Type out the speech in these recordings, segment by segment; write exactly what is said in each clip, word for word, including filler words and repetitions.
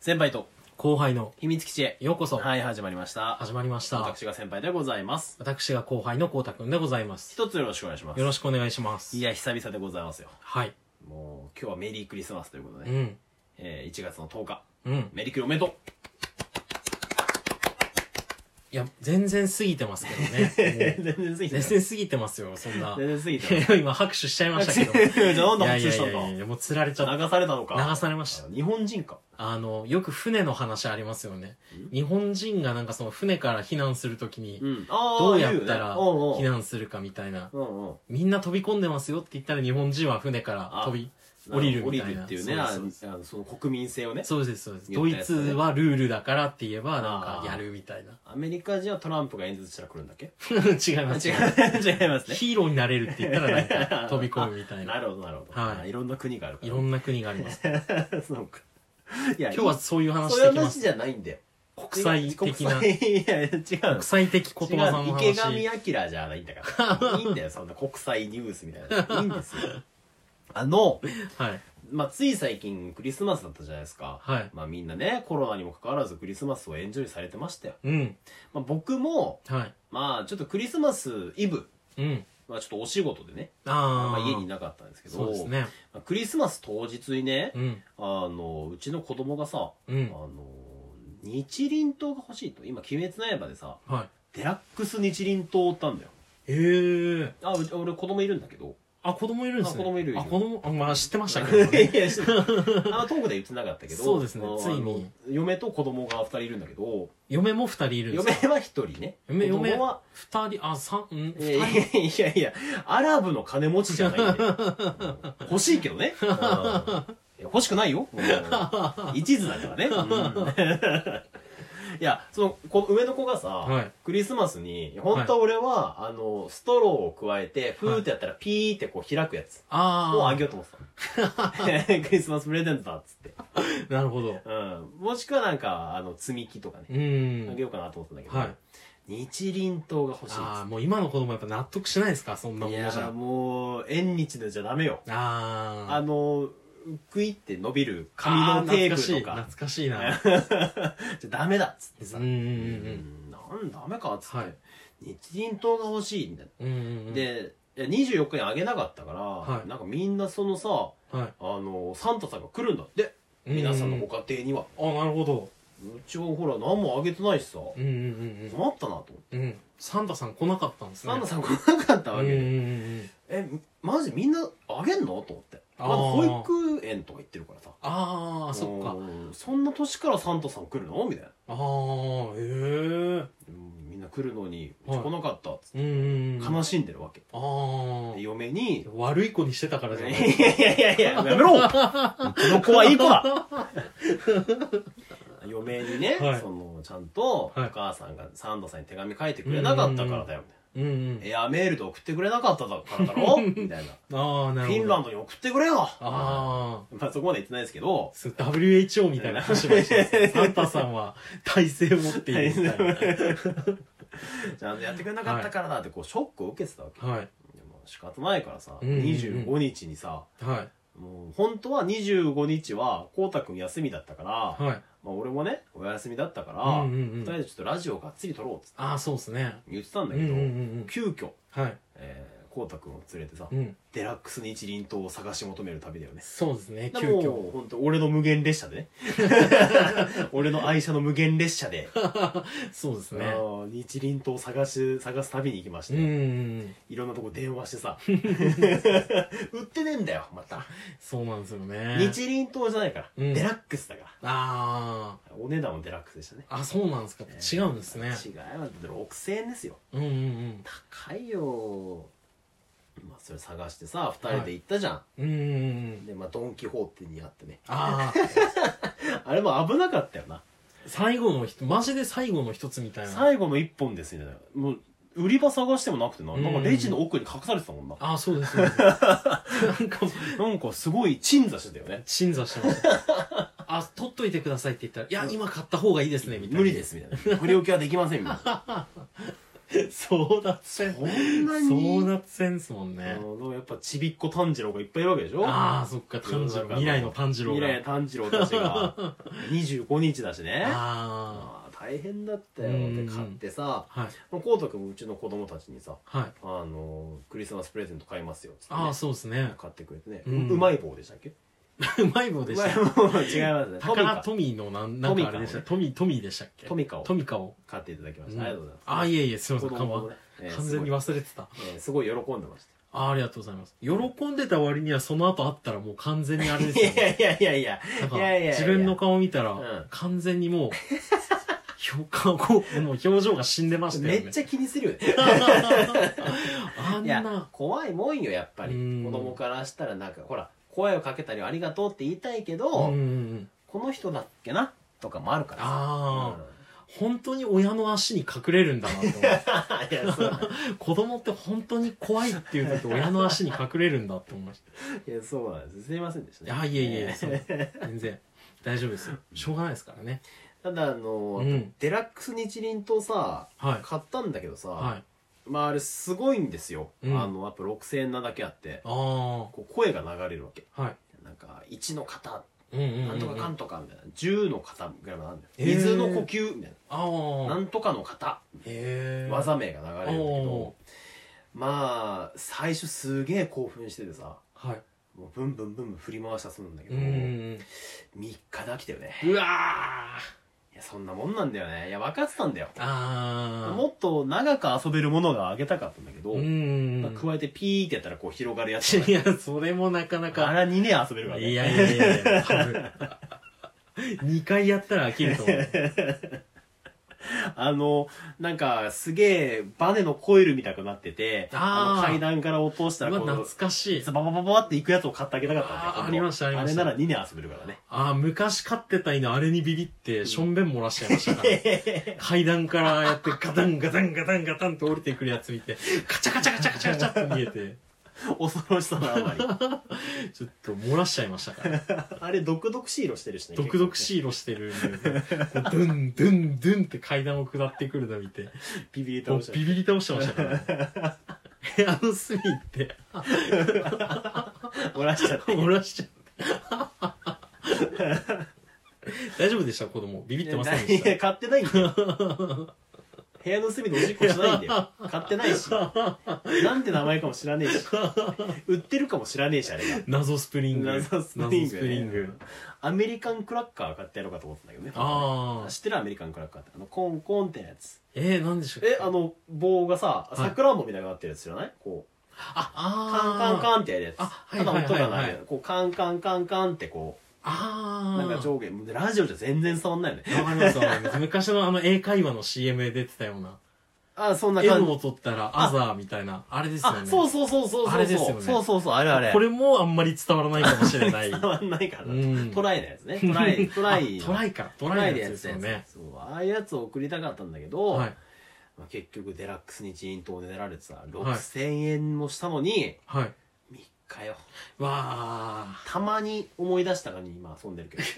先輩と後輩の秘密基地へようこそ。 はい、始まりました。 始まりました。 私が先輩でございます。 私が後輩のこうたくんでございます。 一つよろしくお願いします。 よろしくお願いします。 いや、久々でございますよ。 はい。 もう今日はメリークリスマスということで、 うん。 えー、いちがつのとおか、 うん。 メリークリおめでとう。 いや、全然過ぎてますけどね。 全然過ぎてます。 全然過ぎてますよ、そんな。 全然過ぎてます。 今拍手しちゃいましたけど。 じゃあなんで拍手したんだ。 いやいやいやいや、もう釣られちゃった。 流されたのか。 流されました。 日本人か。 あの、よく船の話ありますよね。日本人がなんかその船から避難するときに、 うん、 どうやったら避難するかみたいな。 うんうん、 みんな飛び込んでますよって言ったら日本人は船から飛び、降りるみたいな。 降りるっていうね、あのその国民性をね。 そうです、そうです。ドイツはルールだからって言えば、なんかやるみたいな。 アメリカ人はトランプが演説したら来るんだっけ違います。違いますね。 ヒーローになれるって言ったらなんか飛び込むみたいな。 なるほど、なるほど。はい。いろんな国があるから。 いろんな国があります。 そうか。 いや、今日はそういう話してきます。そういう話じゃないんだよ。 国際的な。 いや、違う。 国際的言葉の話。 池上彰じゃないんだから。いいんだよ、そんな国際ニュースみたいな。いいんですよ。あの、 はい。 まあ、つい最近クリスマスだったじゃないですか。 はい。 まあ、みんなね、コロナにもかかわらずクリスマスをエンジョイされてましたよ。 うん。 まあ、僕も、 はい。 まあ、ちょっとクリスマスイブ。 うん。 まあ、ちょっとお仕事でね。 あまあ、家にいなかったんですけど。 そうですね。 まあ、クリスマス当日にね、 うん。 あの、うちの子供がさ、 うん。 あの、日輪刀が欲しいと。今、鬼滅の刃でさ、 はい。 デラックス日輪刀を売ったんだよ。 へえ。 あ、俺子供いるんだけど。 あ、子供いるんですね。 あ、子供いるいる。 あ、子供、あ、まあ知ってましたけどね。 いや、知ってあの、トークで言ってなかったけど。 そうですね、ついに。 嫁と子供が二人いるんだけど。 嫁も二人いるんですか？ 嫁は一人ね。 嫁、嫁は二人、あ、三、ん二人。 いやいや、アラブの金持ちじゃないんで。欲しいけどね。欲しくないよ。一途だからね。いや、その、こ上の子がさ、はい、クリスマスに、本当は俺は、はい、あの、ストローを加えて、ふーってやったら、ピーってこう開くやつをあげようと思ってた。クリスマスプレゼントだっつって。 なるほど。 うん。もしくはなんか、あの、積み木とかね。うん。あげようかなと思ったんだけど、はい、日輪刀が欲しい。 ああ、もう今の子供やっぱ納得しないですか、そんなものじゃ。 いや、もう、縁日でじゃダメよ。 ああ。 あの、クイって伸びる紙のテープとか。 懐かしいな。 じゃダメだっつってさ。 うんうんうん。 なんダメかっつって。はい、日輪刀が欲しいみたいな。 うんうんうん、 で、にじゅうよっかにあげなかったから、 はい、 なんかみんなそのさ、はい、あの、サンタさんが来るんだって。皆さんのご家庭には。 あ、なるほど。 うちはほら何もあげてないしさ。 うんうんうん、 困ったなと思って。 うん。サンタさん来なかったんですね。 サンタさん来なかったわけで。え、マジみんなあげんのと思って。まだ保育園とか行ってるからさ。 ああ、そっか。 そんな年からサンタさん来るのみたいな。 ああ、へえ。 みんな来るのに、うち来なかったっつって。悲しんでるわけ。 ああ。 嫁に。 悪い子にしてたからじゃない。 いやいやいやいや、やめろうちの子はいい子だ嫁にね、その、ちゃんと、お母さんがサンタさんに手紙書いてくれなかったからだよ、みたいな。うんうん、エアメールで送ってくれなかったからだろみたいな。ああ、なるほど。フィンランドに送ってくれよああ。まあそこまで言ってないですけど。 ダブリューエイチオー みたいな話もしてます。サンタさんは体制を持っているみたいな。 ちゃんとやってくれなかったからだってこうショックを受けてたわけ。はい。でも仕方ないからさ、にじゅうごにちにさ、はい。もう本当はにじゅうごにちは、こうたくん休みだったから、はい。まあ俺もね、お休みだったから、二人でちょっとラジオがっつり撮ろうっつって。 ああ、そうですね。 言ってたんだけど、急遽、はい。えー、こうたくんを連れてさ、デラックス日輪刀を探し求める旅だよね。 そうですね、 急遽。もう本当俺の無限列車でね。俺の愛車の無限列車で。 そうですね。 日輪刀を探し、探す旅に行きまして。いろんなとこ電話してさ。売ってねえんだよ、また。 そうなんですよね。 日輪刀じゃないから。デラックスだから。ああ。お値段もデラックスでしたね。 あ、そうなんですか。違うんですね。 違います。ろくせんえんですよ。 うんうんうん。 高いよ。まあそれ探してさ、二人で行ったじゃん。うん。で、まあドンキホーテにあってね。ああ。あれも危なかったよな。 最後の人、マジで最後の一つみたいな。 最後の一本ですよね。もう、売り場探してもなくてな。なんかレジの奥に隠されてたもんな。 ああ、そうですね。なんか、 なんかすごい鎮座してたよね。 鎮座してました。あ、取っといてくださいって言ったら、いや、今買った方がいいですね、みたいな。 無理です、みたいな。振り置きはできません、みたいな。 争奪戦そんなに争奪戦っすもんね。 あのやっぱちびっこ炭治郎がいっぱいいるわけでしょ。 ああそっか炭治郎未来の炭治郎が未来の炭治郎たちがにじゅうごにちだしね。 ああ大変だったよ。 うんで買ってさ、 あはいこうとくんもうちの子供たちにさ、 はいあのクリスマスプレゼント買いますよっつって、ね、 ああそうですね買ってくれてね、 ううんうまい棒でしたっけ。 うまい棒でしたうまい棒違いますね。 タカラトミーのなんなんかあれでしたトミートミーでしたっけトミカをトミカを買っていただきました、 うんありがとうございます。 ああいえいえすいません子供もねえー完全に忘れてたえーすごい喜んでました。 ああありがとうございます喜んでた割にはその後あったらもう完全にあれですよいやいやいやいやなんかいやいやいや自分の顔見たらうん完全にもう評価こうもう表情が死んでましたよねめっちゃ気にするよね。 あんいやな怖いもんよやっぱり。 うん子供からしたらなんかほら声をかけたりありがとうって言いたいけど、 うんうんうんこの人だっけなとかもあるからさ。 ああ本当に親の足に隠れるんだなと思ってうんいやそう子供って本当に怖いっていう時親の足に隠れるんだって思いましいやそうなんです。すいませんでしたね。 たあいえいえねそう全然大丈夫ですよしょうがないですからねただあの、 うんデラックス日輪刀さはい買ったんだけどさ、 はいまああれすごいんですよ。 うんあのやっぱろくせんえんなだけあって、 あこう声が流れるわけ。 あはいなんかいちの型うんうんうんうんなんとかかんとかみたいな、じゅうの型ぐらいまであるんだよ。 へー水の呼吸みたいあな、なあんとかの型へえ技名が流れるんだけどお、 まあ最初すげえ興奮しててさ、 はいもうブンブンブンブン振り回したするんだけど、 うんうんみっかで飽きたよね。 うんうわいやそんなもんなんだよね。いや分かってたんだよ。 ーああもっと長く遊べるものがあげたかったんだけど、 うんうんまあ、 うん加えてピーってやったらこう広がるやついやそれもなかなあからにねん遊べるからね。 いやいやいやいや多分にかいやったら飽きると思うあのなんかすげえバネのコイルみたくなってて、 あーの階段から落としたらこのうわ懐かしいバババババっていくやつを買ってあげたかったんだよ。今度あーありましたありましたあれならにねん遊べるからね。 ああ昔飼ってた犬あれにビビってしょんべん漏らしちゃいましたから階段からやってガタンガタンガタンガタンって降りてくるやつ見てカチャカチャカチャカチャカチャって逃げて恐ろしさのあまりちょっと漏らしちゃいましたからあれ毒々しい色してるしね。 毒々しい色してるんでこうドゥンドゥンドゥンって階段を下ってくるの見てビビりもう倒したビビり倒してましたから部屋の隅行って漏らしちゃって漏らしちゃって大丈夫でした子供ビビってませんでいしたや買ってないんだよ。部屋の隅でおしっこしないんだよ。買ってないし、なんて名前かも知らねえし、売ってるかも知らねえし、あれが。 謎スプリング謎スプリング、 謎スプリングアメリカンクラッカー買ってやろうかと思ってたんだけどね。 ああ知ってるアメリカンクラッカーって。あの、コンコンってやつ。 えー、なんでしょうえ、あの、棒がさ、さくらんぼみたいになってるやつ知らない？こう、 あカンカンンカンってやるやつ。 あはいはいはいはいただ音がないけどこう、カンカンカンカンってこう、 ああなんか上下、ラジオじゃ全然伝わんないよね。 わかりますわかります昔のあの英会話の シーエム で出てたようなあ、そんな感 M じ。 を取ったらアザーみたいなあれですよねあ、そうそうそうそうそう。 あれですよねそうそうそう、あれあれ。 これもあんまり伝わらないかもしれない伝わんないからな、 うんトライのやつね。トライ、トライの。 あトライかトトライのやつライでやつですよねそう、ああいうやつを送りたかったんだけど、 はいまあ、結局デラックス日輪刀で出られてさ、ろくせんえんもしたのに、 はいみっかよ。 わあたまに思い出したかに今遊んでるけど。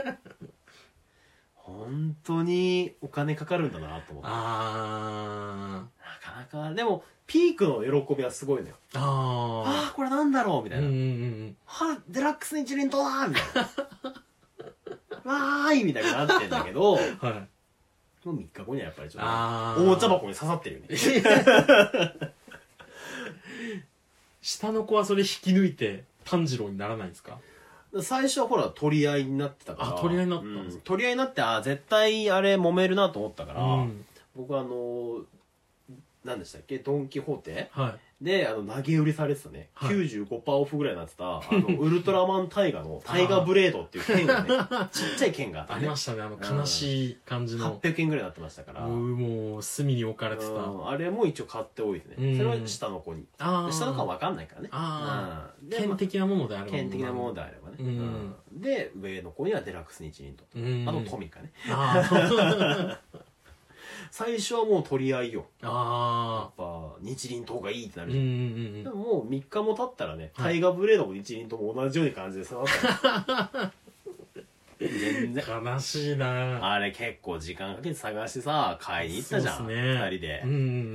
本当にお金かかるんだなと思って。なあかなか、でも、ピークの喜びはすごいのよ。 ーあああ、これなんだろうみたいな。 ーうんうんうんはあ、デラックス日輪刀だみたいな。わーいみたいになってんだけど、 はいもうみっかごにはやっぱりちょっあと、おもちゃ箱に刺さってるよね。 下の子はそれ引き抜いて炭治郎にならないんですか最初はほら、取り合いになってたから。 あ取り合いになったんですかうん取り合いになって、あ、絶対あれ揉めるなと思ったから、 うん僕はあのー、何でしたっけドン・キホーテはいで、あの、投げ売りされてたね。 はいきゅうじゅうごパーセントオフぐらいになってた、あの、ウルトラマンタイガのタイガブレードっていう剣がね、ちっちゃい剣があってねありま。したねあの悲しい感じはっのぴゃくえんぐらいになってましたから。 もうもう隅に置かれてたうんあれも一応買っておいてうんね。それは下の子に。 ああ下の子は分かんないからね。 あうんで剣的なものであれば剣的なものであればね。 うんうんで、上の子にはデラックス日輪刀うんと。あとトミカね。 あ最初はもう取り合いよ。 ーやあっぱ日輪刀がいいってなーうんうるじゃん。 んうんでももうみっかも経ったらね、 はいタイガーブレードも日輪刀も同じような感じでさ、やっ全然。 悲しいな。 あれ結構時間かけて探してさ、買いに行ったじゃん。 そうっすね二人で。 うん。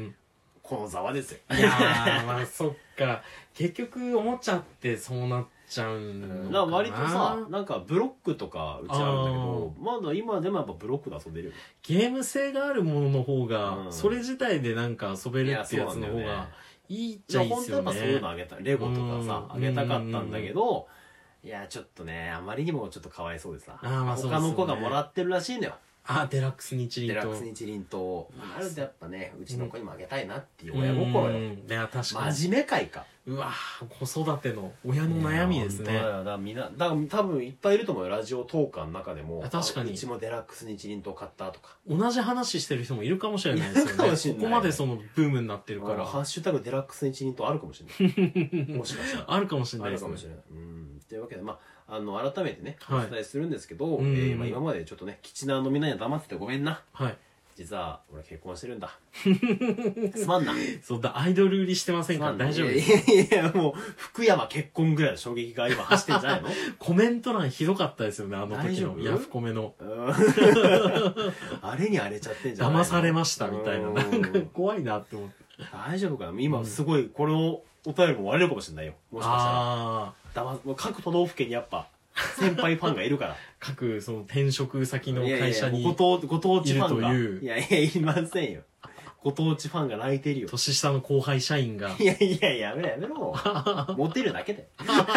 このざわですよ。 いやー、まあそっか。結局、おもちゃってそうなっちゃうんのかな。 だから割とさ、なんかブロックとかうちあるんだけど、まだ今でもやっぱブロックで遊べるよね。 ゲーム性があるものの方が、 うんそれ自体でなんか遊べるってやつの方がいいっちゃいいっすよね。 本当やっぱそういうのあげたい。レゴとかさ、 うんあげたかったんだけど、いや、ちょっとね、あまりにもちょっとかわいそうでさ。 あーまあそうですよね他の子がもらってるらしいのよ。 あ、デラックス日輪と。 デラックス日輪と。あるとやっぱね、うちの子にもあげたいなっていう親心よ。 うんいや、確かに。 真面目かいか。 うわ子育ての親の悩みですね。 いや本当だよだからみんな、だから多分いっぱいいると思うよ、ラジオトーカーの中でも。 あ確かにうちもデラックス日輪と買ったとか。 同じ話してる人もいるかもしれないですよいるかもしれね。 ないここまでそのブームになってるかだからら。ハッシュタグデラックス日輪とあるかもしれない。もしかしたら。 あるかもしれなあいですね。 るかもしれない。うん。というわけで、まあ、あの、改めてね、 はいお伝えするんですけど、 うんえーまあ、今までちょっとね、吉なのみんなには黙っててごめんな。 はい。 実は、俺結婚してるんだ。すまんな。 そうだ、アイドル売りしてませんから大丈夫です。 いやいやいや、もう、福山結婚ぐらいの衝撃が今走ってんじゃないのコメント欄ひどかったですよね、あの大丈夫時のヤフコメの。 うんあれに荒れちゃってんじゃないの騙されましたみたいな。なんかうん怖いなって思って。 大丈夫かな今すごい、これをお便りも割れるかもしれないよ。もしかしたら。 ああ。 だまもう各都道府県にやっぱ、先輩ファンがいるから。 各、その転職先の会社にいやいやご当ご当地ファンがいるといういやいやいませんよ。ご当地ファンが泣いてるよ。 年下の後輩社員が。 いやいややめろやめろ。モテるだけで。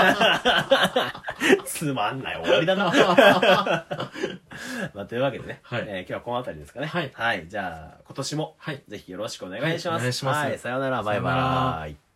つまんない終わりだな。まあ、というわけでね、 はいえー今日はこの辺りですかね。 はいはい。じゃあ、今年も、 はいぜひよろしくお願いします。 はいお願いしますはい。さようなら。バイさようなバらイ。